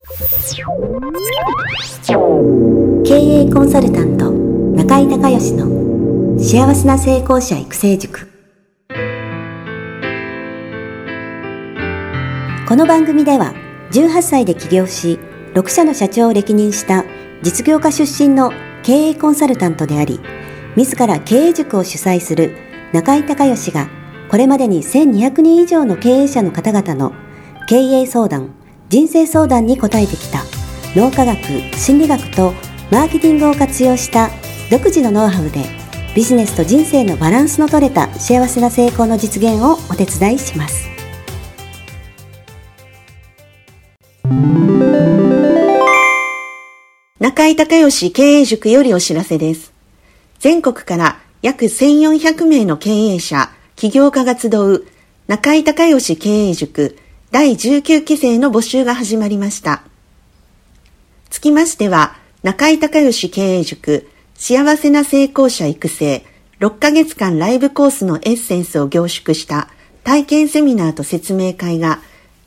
経営コンサルタント中井孝義の幸せな成功者育成塾。この番組では18歳で起業し6社の社長を歴任した実業家出身の経営コンサルタントであり、自ら経営塾を主催する中井孝義がこれまでに1200人以上の経営者の方々の経営相談、人生相談に応えてきた脳科学、心理学とマーケティングを活用した独自のノウハウでビジネスと人生のバランスの取れた幸せな成功の実現をお手伝いします。 中井孝義経営塾よりお知らせです。全国から約1400名の経営者、起業家が集う中井孝義経営塾第19期生の募集が始まりました。つきましては、中井孝義経営塾幸せな成功者育成6ヶ月間ライブコースのエッセンスを凝縮した体験セミナーと説明会が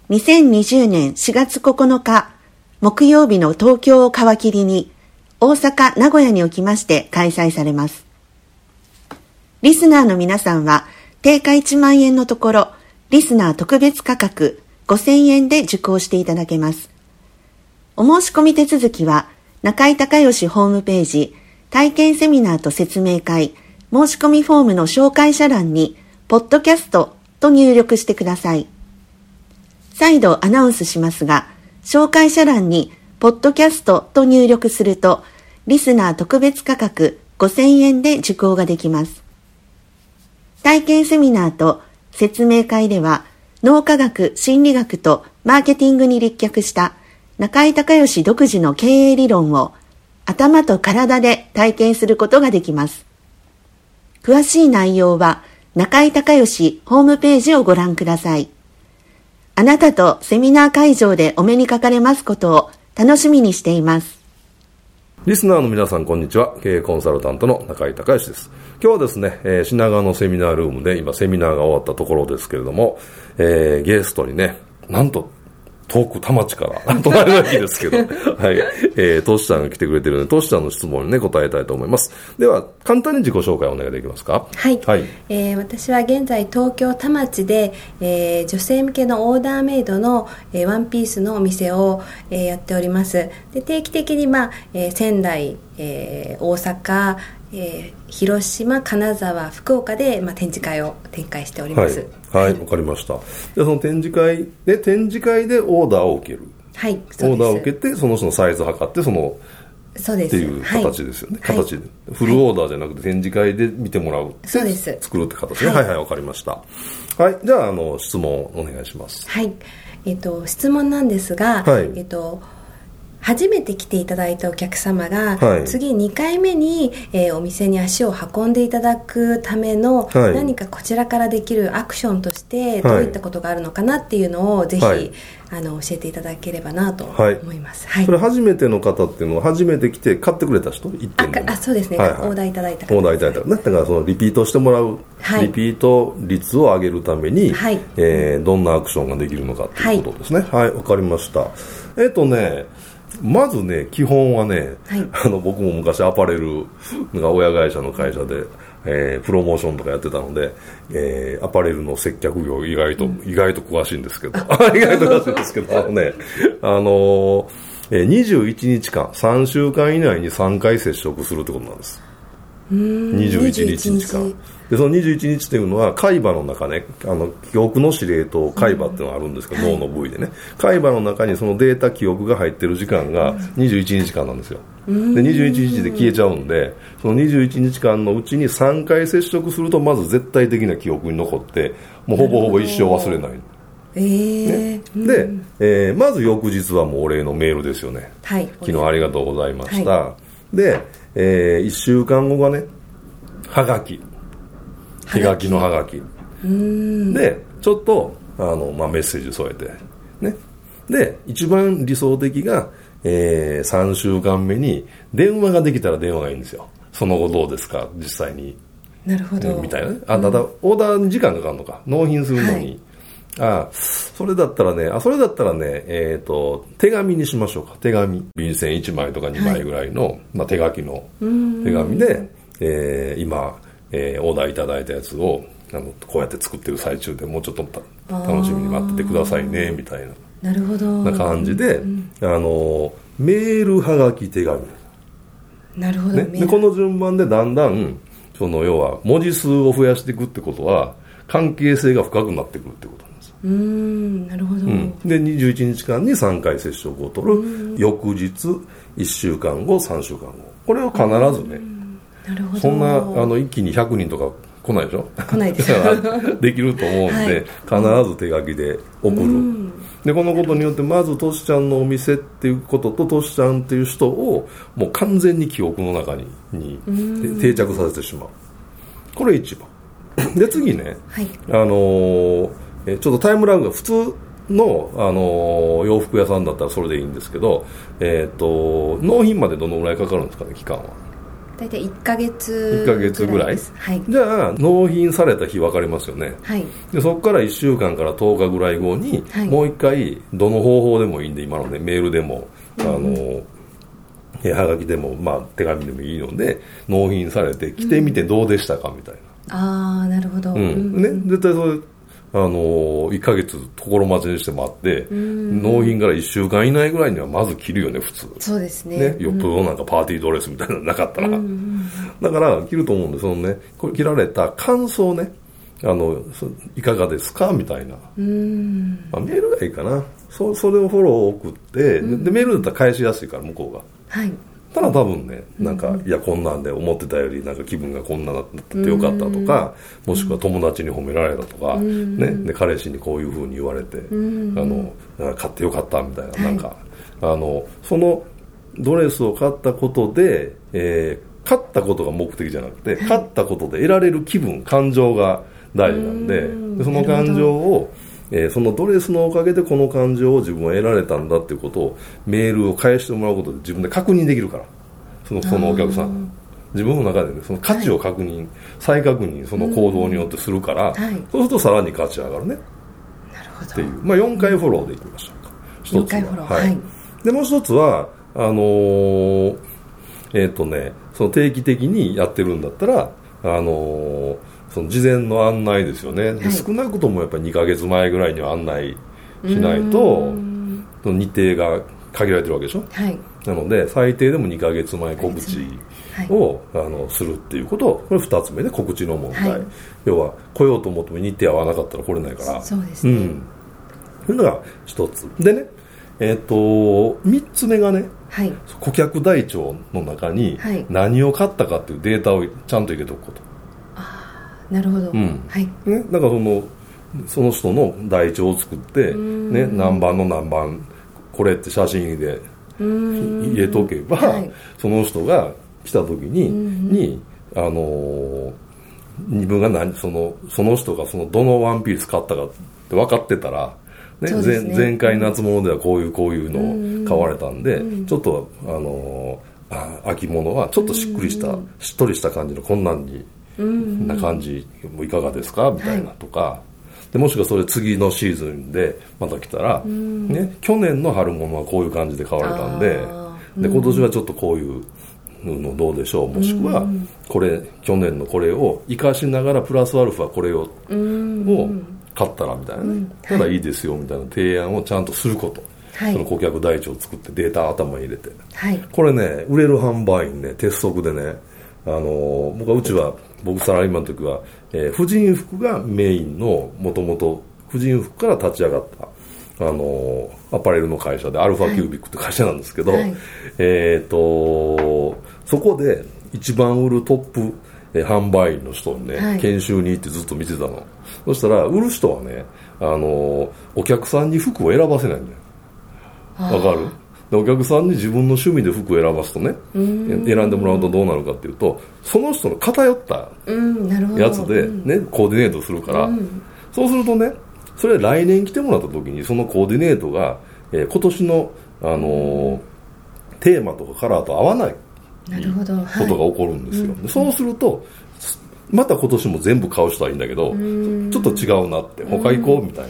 2020年4月9日木曜日の東京を皮切りに大阪、名古屋におきまして開催されます。リスナーの皆さんは定価1万円のところ、リスナー特別価格5000円で受講していただけます。お申し込み手続きは中井孝義ホームページ体験セミナーと説明会申し込みフォームの紹介者欄にポッドキャストと入力してください。再度アナウンスしますが、紹介者欄にポッドキャストと入力するとリスナー特別価格5000円で受講ができます。体験セミナーと説明会では脳科学、心理学とマーケティングに立脚した中井孝義独自の経営理論を頭と体で体験することができます。詳しい内容は中井孝義ホームページをご覧ください。あなたとセミナー会場でお目にかかれますことを楽しみにしています。 リスナーの皆さんこんにちは。経営コンサルタントの中井孝義です。今日はですね、品川のセミナールームで今セミナーが終わったところですけれども、ゲストにね、なんと遠く田町から隣の駅ですけどはいトシちゃんが来てくれてるので、トシちゃんの質問にね答えたいと思います。では簡単に自己紹介をお願いできますか。 はい、私は現在東京田町で、女性向けのオーダーメイドの、ワンピースのお店を、やっております。で定期的に、仙台、大阪、広島、金沢、福岡で、展示会を展開しております。 はい、わかりました。でその展示会でオーダーを受ける。はい、そうです。オーダーを受けてその人のサイズを測ってそうですっていう形ですよね。はい、形でフルオーダーじゃなくて展示会で見てもらう。そうです。作るって形ね。はい、わかりました。はい、じゃあ質問をお願いします。 はい、質問なんですが、初めて来ていただいたお客様が、次2回目に、お店に足を運んでいただくための、何かこちらからできるアクションとしてどういったことがあるのかなっていうのをぜひ、教えていただければなと思います。 それ初めての方っていうのは初めて来て買ってくれた人1点でもそうですね、オーダーいただいた方です。 オーダーいただいた方だからそのリピートしてもらう、リピート率を上げるために、どんなアクションができるのかっていうことですね。はい、わかりました。まずね、基本はね、僕も昔アパレルが親会社の会社で、プロモーションとかやってたので、アパレルの接客業意外と詳しいんですけど21日間3週間以内に3回接触するってことなんです。21日間で、その21日というのは海馬の中ね、記憶の司令塔海馬っていうのがあるんですけど、脳の部位でね、海馬の中にそのデータ記憶が入ってる時間が21日間なんですよ。で21日で消えちゃうんで、その21日間のうちに3回接触するとまず絶対的な記憶に残って、もうほぼほぼ一生忘れない。で、まず翌日はもうお礼のメールですよね。昨日ありがとうございました。で、1週間後がね、はがき、手書きのはがきでちょっとメッセージ添えてね。で一番理想的が、3週間目に電話ができたら電話がいいんですよ。その後どうですか実際に。 なるほど、 みたいなね。ただオーダーに時間かかるのか、納品するのに、 それだったらね、手紙にしましょうか。手紙。便箋1枚とか2枚ぐらいの、手書きの手紙で、今、オーダーいただいたやつを、こうやって作ってる最中でもうちょっと楽しみに待っててくださいね、みたいな。 なるほど。 な感じで、メール、はがき、手紙。 なるほど。 ね、でこの順番でだんだん、要は、文字数を増やしていくってことは、関係性が深くなってくるってことなんです。 なるほど。 で、21日間に3回接触を取る。翌日、1週間後、3週間後。これを必ずね、 なるほど。 そんな、一気に100人とか来ないでしょ？ 来ないです。 できると思うんで、必ず手書きで送る。で、このことによって、まず、トシちゃんのお店っていうことと、トシちゃんっていう人を、もう完全に記憶の中に定着させてしまう。これ一番。で、次ね、 はい、 ちょっとタイムラグが普通の、洋服屋さんだったらそれでいいんですけど、納品までどのぐらいかかるんですかね、期間は。 大体1ヶ月ぐらい、 はい、 じゃあ納品された日分かりますよね、 はい、 でそこから1週間から10日ぐらい後に、はい、もう一回どの方法でもいいんで、今のねメールでもはがきでも、手紙でもいいので納品されて来てみてどうでしたかみたいな、 なるほど、 ね、絶対それ1ヶ月心待ちにして待って、納品から1週間以内ぐらいにはまず着るよね、普通。 そうですね。 よっぽどなんかパーティードレスみたいなのなかったら。だから着ると思うんで、これ着られた感想ね、いかがですかみたいな。メールがいいかな。それをフォローを送って、で、メールだったら返しやすいから、向こうが。はい。ただ多分ね、なんか、いや、こんなんで思ってたより、なんか気分がこんなだってよかったとか、もしくは友達に褒められたとか、ね、で、彼氏にこういう風に言われて、買ってよかったみたいな、なんか、そのドレスを買ったことで、買ったことが目的じゃなくて、買ったことで得られる気分、感情が大事なんで、その感情を、そのドレスのおかげでこの感情を自分は得られたんだっていうことをメールを返してもらうことで自分で確認できるから、そのお客さん自分の中でね、その価値を確認、再確認その行動によってするから、そうするとさらに価値上がるね。 なるほど。 っていう、4回フォローでいきましょうか。 4回フォロー、はい。 でもう一つはその定期的にやってるんだったらその事前の案内ですよね、はい、少なくともやっぱり2ヶ月前ぐらいには案内しないと日程が限られてるわけでしょ、はい、なので最低でも2ヶ月前告知を、するっていうことを、これ2つ目で告知の問題、はい、要は来ようと思っても日程合わなかったら来れないから、 そうですね、 そういうのが1つでね、3つ目がね、はい、顧客台帳の中に何を買ったかっていうデータをちゃんと入れておくこと。 なるほど、 はいね、だからその人の台帳を作って、ね、何番の何番これって写真で入れとけば、はい、その人が来た時に、自分がその人がどのワンピース買ったかって分かってたら、ね、前回夏物ではこういうのを買われたんで、ちょっと秋物はちょっとしっとりした感じのこんなんにな感じいかがですかみたいなとか、はい、でもしくはそれ次のシーズンでまた来たら、ね、去年の春物はこういう感じで買われたんで、今年はちょっとこういうのどうでしょう、もしくは去年のこれを生かしながらプラスアルファこれを買ったらみたいなね、ただいいですよみたいな提案をちゃんとすること、はい、その顧客台帳を作ってデータ頭に入れて、はい、これね売れる販売員ね鉄則でね、僕サラリーマンの時は、婦人服がメインのもともと婦人服から立ち上がったアパレルの会社でアルファキュービックって会社なんですけど、はい、そこで一番売るトップ販売員の人にね、はい、研修に行ってずっと見てたの。そしたら売る人はねお客さんに服を選ばせないんだよ。わかる？お客さんに自分の趣味で服を選ばすとね、選んでもらうとどうなるかっていうと、その人の偏ったやつで、ね、コーディネートするから、そうするとね、それ来年来てもらった時にそのコーディネートが、今年の、テーマとかカラーと合わないことが起こるんですよ。でそうするとまた今年も全部買う人はいいんだけど、ちょっと違うなって他行こうみたいに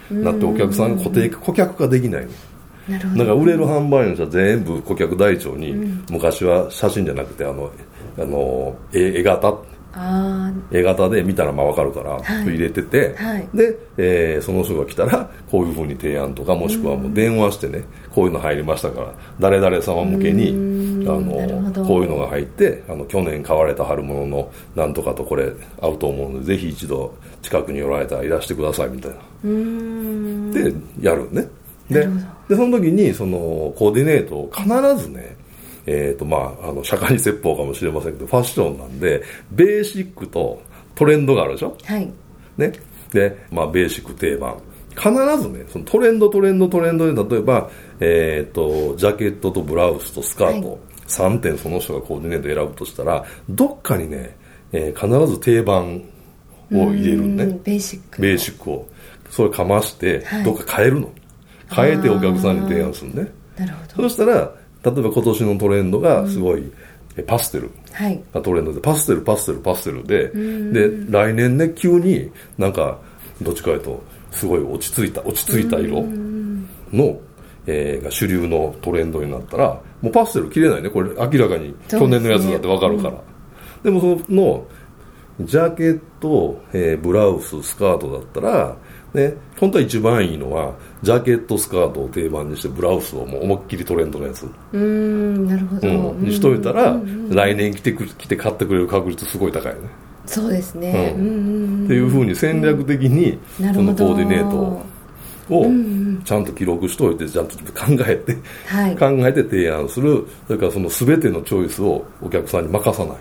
なってお客さんが固定顧客化できないの。だから売れる販売員者全部顧客台帳に、昔は写真じゃなくて絵型で見たら分かるから入れてて、で、その人が来たらこういうふうに提案とか、もしくはもう電話してね、こういうの入りましたから誰々様向けにこういうのが入って、去年買われた春物のなんとかとこれ合うと思うので、ぜひ一度近くにおられたらいらしてくださいみたいなでやるね。でその時にそのコーディネートを必ずね、社会説法かもしれませんけど、ファッションなんでベーシックとトレンドがあるでしょ、はいね、で、ベーシック定番、必ずね、そのトレンドで、例えば、ジャケットとブラウスとスカート、3点その人がコーディネート選ぶとしたら、どっかにね、必ず定番を入れるね。 ベーシックをそれかまして、どっか変えるの、変えてお客さんに提案するね。 なるほど。 そしたら例えば今年のトレンドがすごい、パステルがトレンドで、パステルで、で来年ね、急になんかどっちかというとすごい落ち着いた色の、が主流のトレンドになったら、もうパステル着れないね、これ明らかに去年のやつだって分かるから、でもそのジャケット、ブラウス、スカートだったらね、本当は一番いいのはジャケットスカートを定番にしてブラウスをもう思いっきりトレンドのやつなるほど、 にしといたら、来年来て買ってくれる確率すごい高いよね。 そうですね、 っていうふうに戦略的に、そのコーディネートをちゃんと記録しておいて、ちゃんと考えて提案する。それからその全てのチョイスをお客さんに任さない。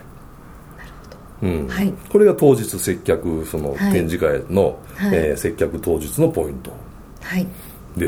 これが当日接客、その展示会の、接客当日のポイントです、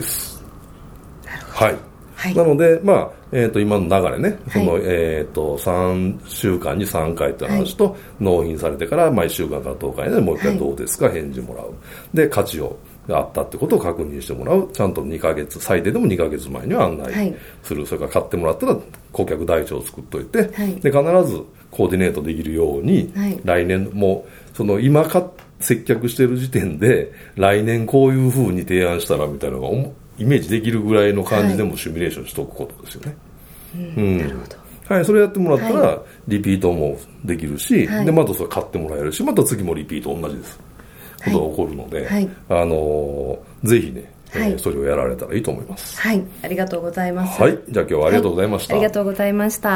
なので、今の流れね、その3週間に3回という話と、納品されてから1週間から10日に、ね、もう一回どうですか、返事もらう、で価値があったってことを確認してもらう、ちゃんと2ヶ月、最低でも2ヶ月前には案内する、それから買ってもらったら顧客台帳を作っといて、で必ずコーディネートできるように、来年もその今接客してる時点で来年こういう風に提案したらみたいなのがイメージできるぐらいの感じでもシミュレーションしておくことですよね。なるほど。それやってもらったら、リピートもできるし、でまたそれ買ってもらえるし、また次もリピート同じです。ことが起こるので、ぜひね、それをやられたらいいと思います。 ありがとうございます。 じゃあ今日はありがとうございました。 ありがとうございました。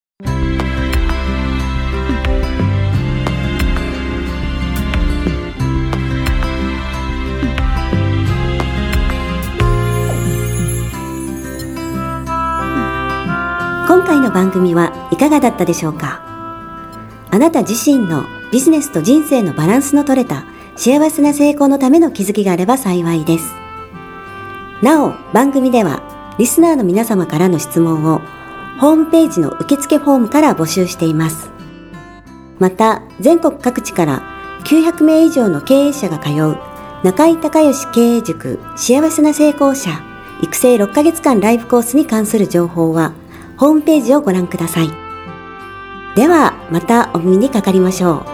今回の番組はいかがだったでしょうか。あなた自身のビジネスと人生のバランスの取れた幸せな成功のための気づきがあれば幸いです。なお、番組ではリスナーの皆様からの質問をホームページの受付フォームから募集しています。また、全国各地から900名以上の経営者が通う中井孝義経営塾幸せな成功者育成6ヶ月間ライブコースに関する情報はホームページをご覧ください。ではまたお耳にかかりましょう。